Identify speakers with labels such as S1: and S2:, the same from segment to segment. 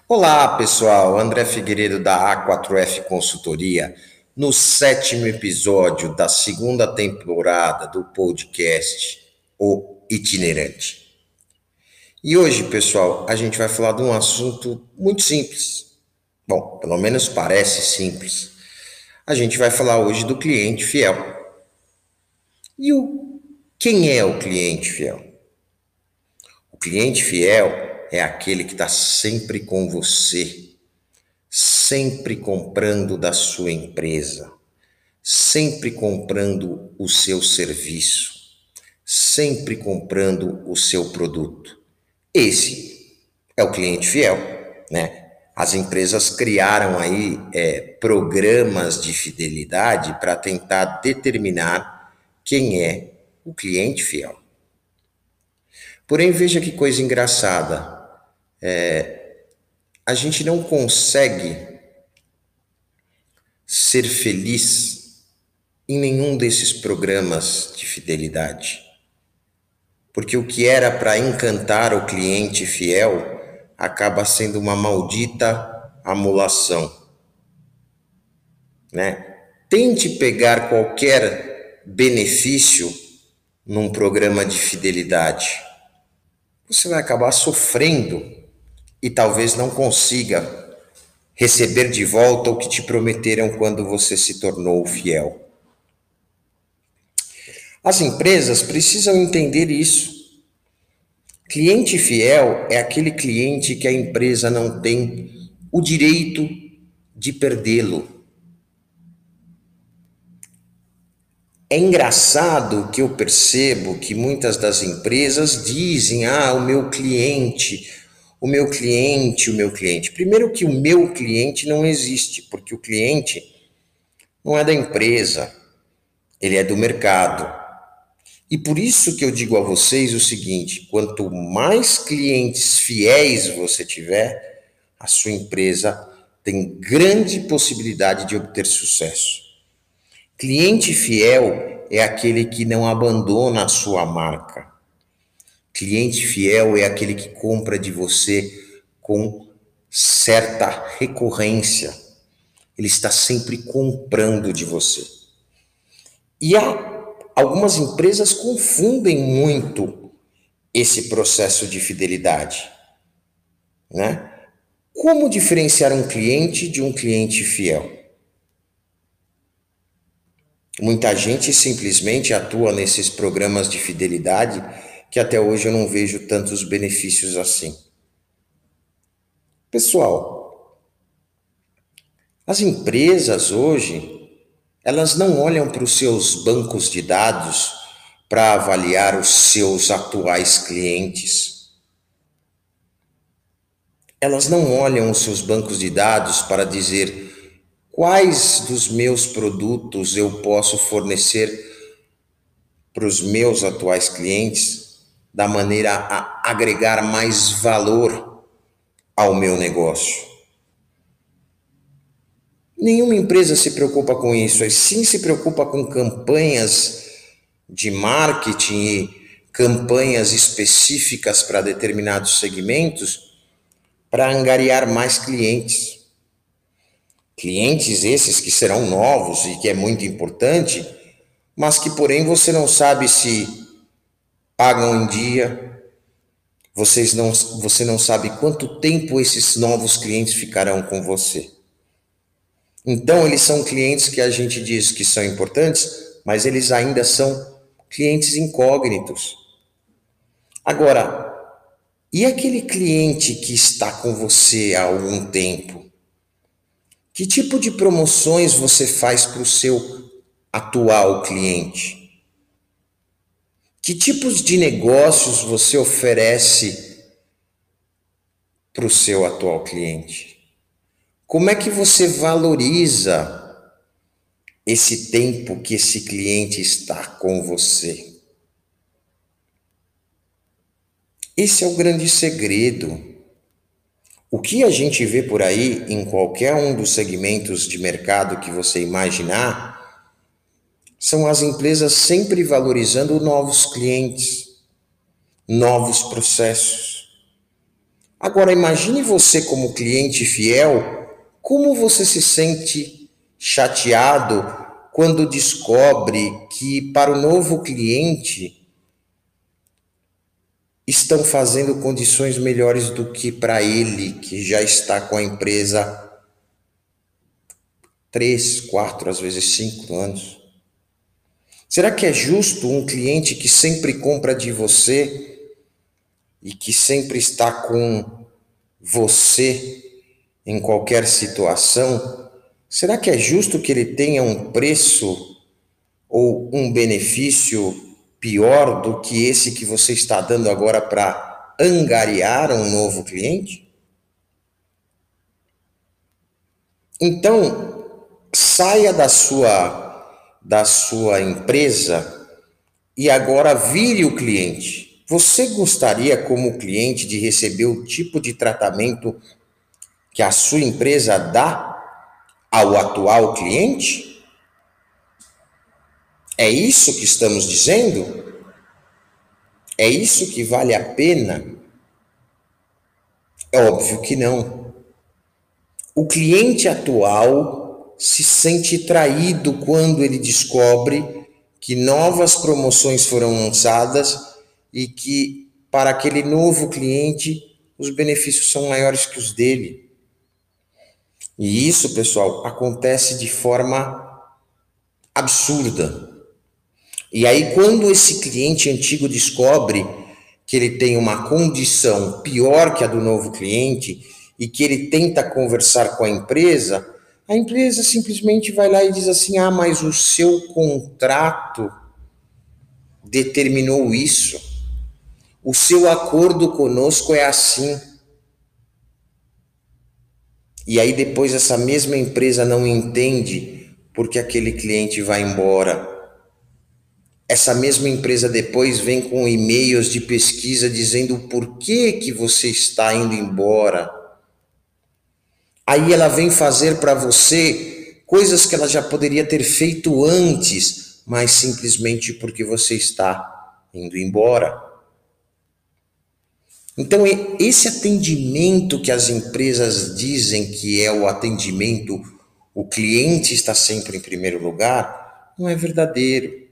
S1: Olá, pessoal. André Figueiredo da A4F Consultoria, no sétimo episódio da segunda temporada do podcast O Itinerante. E hoje, pessoal, a gente vai falar de um assunto muito simples. Bom, pelo menos parece simples. A gente vai falar hoje do cliente fiel. Quem é o cliente fiel? O cliente fiel é aquele que está sempre com você, sempre comprando da sua empresa, sempre comprando o seu serviço, sempre comprando o seu produto. Esse é o cliente fiel, né? As empresas criaram aí programas de fidelidade para tentar determinar quem é o cliente fiel. Porém, veja que coisa engraçada. A gente não consegue ser feliz em nenhum desses programas de fidelidade. Porque o que era para encantar o cliente fiel acaba sendo uma maldita amolação, né? Tente pegar qualquer benefício num programa de fidelidade. Você vai acabar sofrendo e talvez não consiga receber de volta o que te prometeram quando você se tornou fiel. As empresas precisam entender isso. Cliente fiel é aquele cliente que a empresa não tem o direito de perdê-lo. É engraçado que eu percebo que muitas das empresas dizem: o meu cliente, o meu cliente, o meu cliente. Primeiro que o meu cliente não existe, porque o cliente não é da empresa, ele é do mercado. E por isso que eu digo a vocês o seguinte: quanto mais clientes fiéis você tiver, a sua empresa tem grande possibilidade de obter sucesso. Cliente fiel é aquele que não abandona a sua marca. Cliente fiel é aquele que compra de você com certa recorrência. Ele está sempre comprando de você. E algumas empresas confundem muito esse processo de fidelidade, né? Como diferenciar um cliente de um cliente fiel? Muita gente simplesmente atua nesses programas de fidelidade que até hoje eu não vejo tantos benefícios assim. Pessoal, as empresas hoje, elas não olham para os seus bancos de dados para avaliar os seus atuais clientes. Elas não olham os seus bancos de dados para dizer quais dos meus produtos eu posso fornecer para os meus atuais clientes da maneira a agregar mais valor ao meu negócio. Nenhuma empresa se preocupa com isso, e sim se preocupa com campanhas de marketing e campanhas específicas para determinados segmentos para angariar mais clientes. Clientes esses que serão novos e que é muito importante, mas que porém você não sabe se pagam em dia, você não sabe quanto tempo esses novos clientes ficarão com você. Então, eles são clientes que a gente diz que são importantes, mas eles ainda são clientes incógnitos. Agora, e aquele cliente que está com você há algum tempo? Que tipo de promoções você faz para o seu atual cliente? Que tipos de negócios você oferece para o seu atual cliente? Como é que você valoriza esse tempo que esse cliente está com você? Esse é o grande segredo. O que a gente vê por aí em qualquer um dos segmentos de mercado que você imaginar são as empresas sempre valorizando novos clientes, novos processos. Agora, imagine você como cliente fiel, como você se sente chateado quando descobre que para o novo cliente estão fazendo condições melhores do que para ele, que já está com a empresa 3, 4, às vezes 5 anos. Será que é justo um cliente que sempre compra de você e que sempre está com você em qualquer situação? Será que é justo que ele tenha um preço ou um benefício pior do que esse que você está dando agora para angariar um novo cliente? Então, saia da sua empresa e agora vire o cliente. Você gostaria, como cliente, de receber o tipo de tratamento que a sua empresa dá ao atual cliente? É isso que estamos dizendo? É isso que vale a pena? É óbvio que não. O cliente atual se sente traído quando ele descobre que novas promoções foram lançadas e que para aquele novo cliente os benefícios são maiores que os dele. E isso, pessoal, acontece de forma absurda. E aí, quando esse cliente antigo descobre que ele tem uma condição pior que a do novo cliente e que ele tenta conversar com a empresa simplesmente vai lá e diz assim: ah, mas o seu contrato determinou isso, o seu acordo conosco é assim. E aí depois essa mesma empresa não entende porque aquele cliente vai embora. Essa mesma empresa depois vem com e-mails de pesquisa dizendo o porquê que você está indo embora. Aí ela vem fazer para você coisas que ela já poderia ter feito antes, mas simplesmente porque você está indo embora. Então, esse atendimento que as empresas dizem que é o atendimento, o cliente está sempre em primeiro lugar, não é verdadeiro.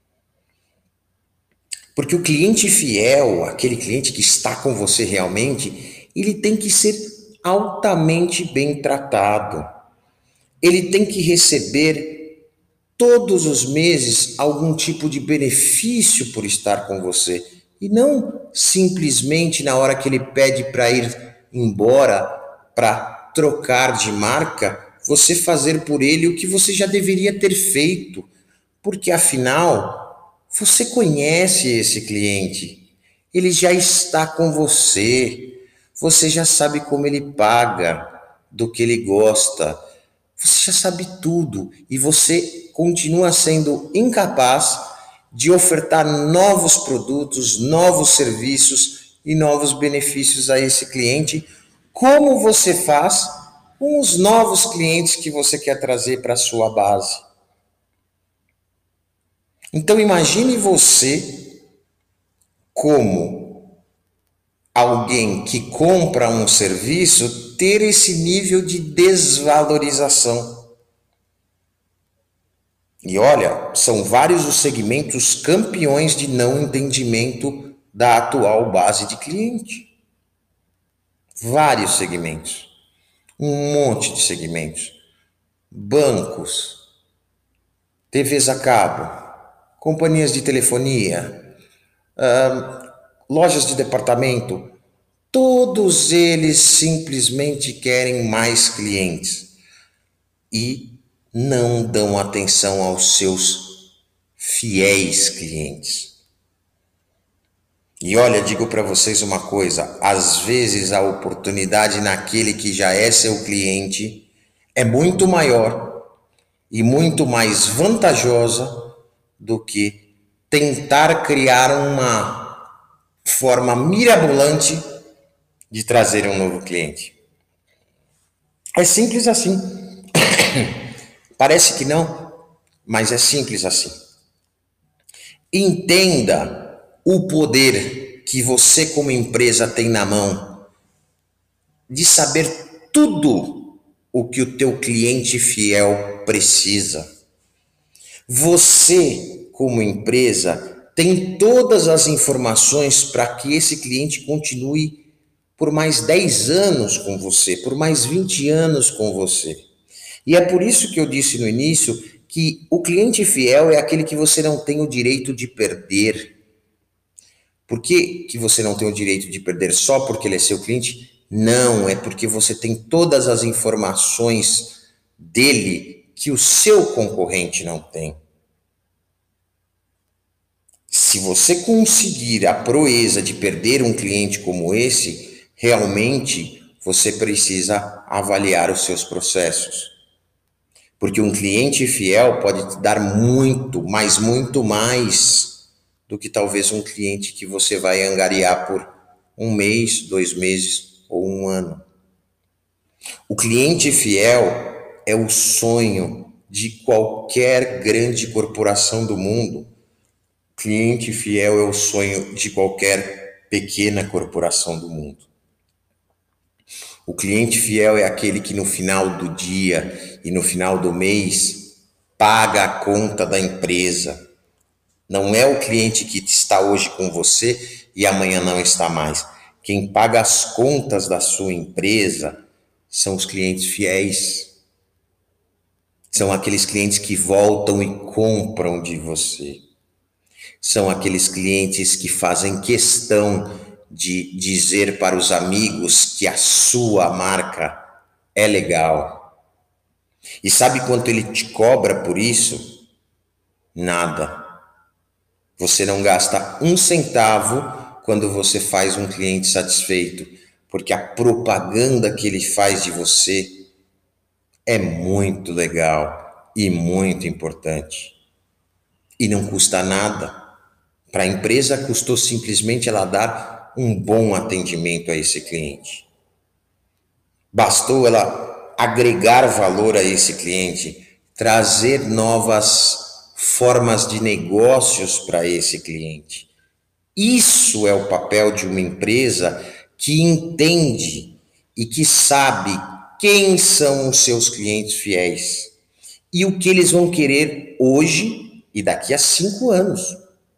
S1: Porque o cliente fiel, aquele cliente que está com você realmente, ele tem que ser altamente bem tratado. Ele tem que receber todos os meses algum tipo de benefício por estar com você. E não simplesmente na hora que ele pede para ir embora, para trocar de marca, você fazer por ele o que você já deveria ter feito. Porque afinal, você conhece esse cliente, ele já está com você já sabe como ele paga, do que ele gosta, você já sabe tudo e você continua sendo incapaz de ofertar novos produtos, novos serviços e novos benefícios a esse cliente, como você faz com os novos clientes que você quer trazer para a sua base. Então imagine você como alguém que compra um serviço ter esse nível de desvalorização. E olha, são vários os segmentos campeões de não entendimento da atual base de cliente. Vários segmentos. Um monte de segmentos. Bancos, TVs a cabo, companhias de telefonia, lojas de departamento, todos eles simplesmente querem mais clientes e não dão atenção aos seus fiéis clientes. E olha, digo para vocês uma coisa, às vezes a oportunidade naquele que já é seu cliente é muito maior e muito mais vantajosa do que tentar criar uma forma mirabolante de trazer um novo cliente. É simples assim. Parece que não, mas é simples assim. Entenda o poder que você como empresa tem na mão de saber tudo o que o teu cliente fiel precisa. Você, como empresa, tem todas as informações para que esse cliente continue por mais 10 anos com você, por mais 20 anos com você. E é por isso que eu disse no início que o cliente fiel é aquele que você não tem o direito de perder. Por que você não tem o direito de perder só porque ele é seu cliente? Não, é porque você tem todas as informações dele que o seu concorrente não tem. Se você conseguir a proeza de perder um cliente como esse, realmente você precisa avaliar os seus processos. Porque um cliente fiel pode te dar muito, mas muito mais do que talvez um cliente que você vai angariar por um mês, 2 meses ou um ano. O cliente fiel é o sonho de qualquer grande corporação do mundo. Cliente fiel é o sonho de qualquer pequena corporação do mundo. O cliente fiel é aquele que no final do dia e no final do mês paga a conta da empresa. Não é o cliente que está hoje com você e amanhã não está mais. Quem paga as contas da sua empresa são os clientes fiéis. São aqueles clientes que voltam e compram de você. São aqueles clientes que fazem questão de dizer para os amigos que a sua marca é legal. E sabe quanto ele te cobra por isso? Nada. Você não gasta um centavo quando você faz um cliente satisfeito, porque a propaganda que ele faz de você é muito legal e muito importante. E não custa nada. Para a empresa, custou simplesmente ela dar um bom atendimento a esse cliente. Bastou ela agregar valor a esse cliente, trazer novas formas de negócios para esse cliente. Isso é o papel de uma empresa que entende e que sabe quem são os seus clientes fiéis e o que eles vão querer hoje e daqui a 5 anos.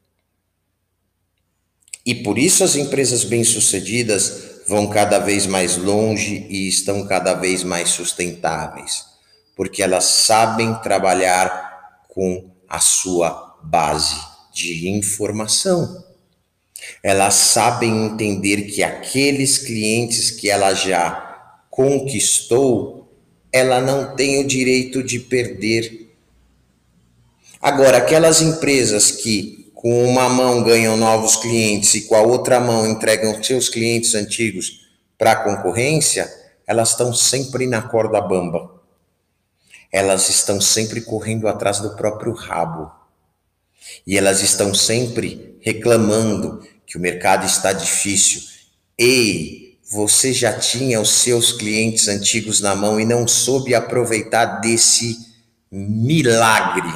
S1: E por isso as empresas bem-sucedidas vão cada vez mais longe e estão cada vez mais sustentáveis, porque elas sabem trabalhar com a sua base de informação. Elas sabem entender que aqueles clientes que ela já conquistou, ela não tem o direito de perder. Agora, aquelas empresas que com uma mão ganham novos clientes e com a outra mão entregam seus clientes antigos para a concorrência, elas estão sempre na corda bamba. Elas estão sempre correndo atrás do próprio rabo. E elas estão sempre reclamando que o mercado está difícil. Ei, você já tinha os seus clientes antigos na mão e não soube aproveitar desse milagre,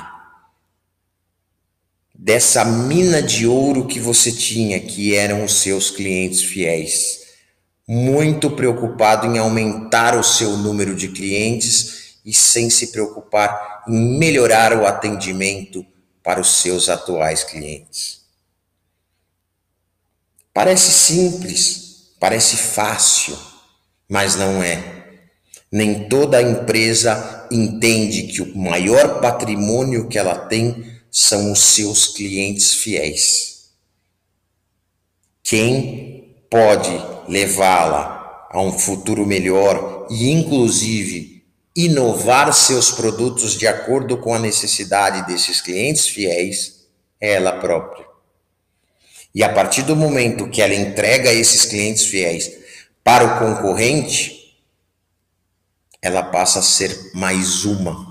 S1: dessa mina de ouro que você tinha, que eram os seus clientes fiéis. Muito preocupado em aumentar o seu número de clientes e sem se preocupar em melhorar o atendimento para os seus atuais clientes. Parece simples, parece fácil, mas não é. Nem toda empresa entende que o maior patrimônio que ela tem são os seus clientes fiéis. Quem pode levá-la a um futuro melhor e, inclusive, inovar seus produtos de acordo com a necessidade desses clientes fiéis é ela própria. E a partir do momento que ela entrega esses clientes fiéis para o concorrente, ela passa a ser mais uma.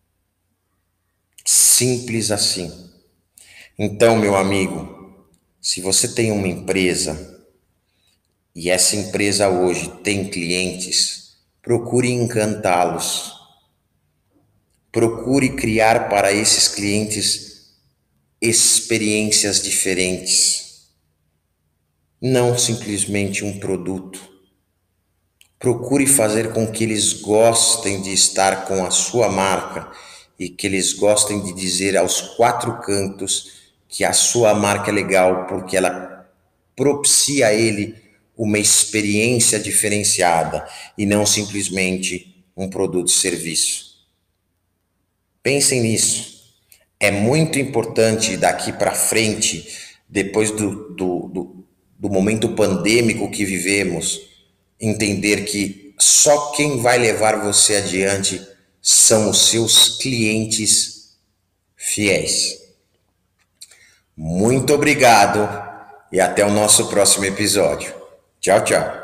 S1: Simples assim. Então, meu amigo, se você tem uma empresa e essa empresa hoje tem clientes, procure encantá-los. Procure criar para esses clientes experiências diferentes. Não simplesmente um produto. Procure fazer com que eles gostem de estar com a sua marca e que eles gostem de dizer aos quatro cantos que a sua marca é legal, porque ela propicia a ele uma experiência diferenciada e não simplesmente um produto e serviço. Pensem nisso. É muito importante daqui para frente, depois do momento pandêmico que vivemos, entender que só quem vai levar você adiante são os seus clientes fiéis. Muito obrigado e até o nosso próximo episódio. Tchau, tchau.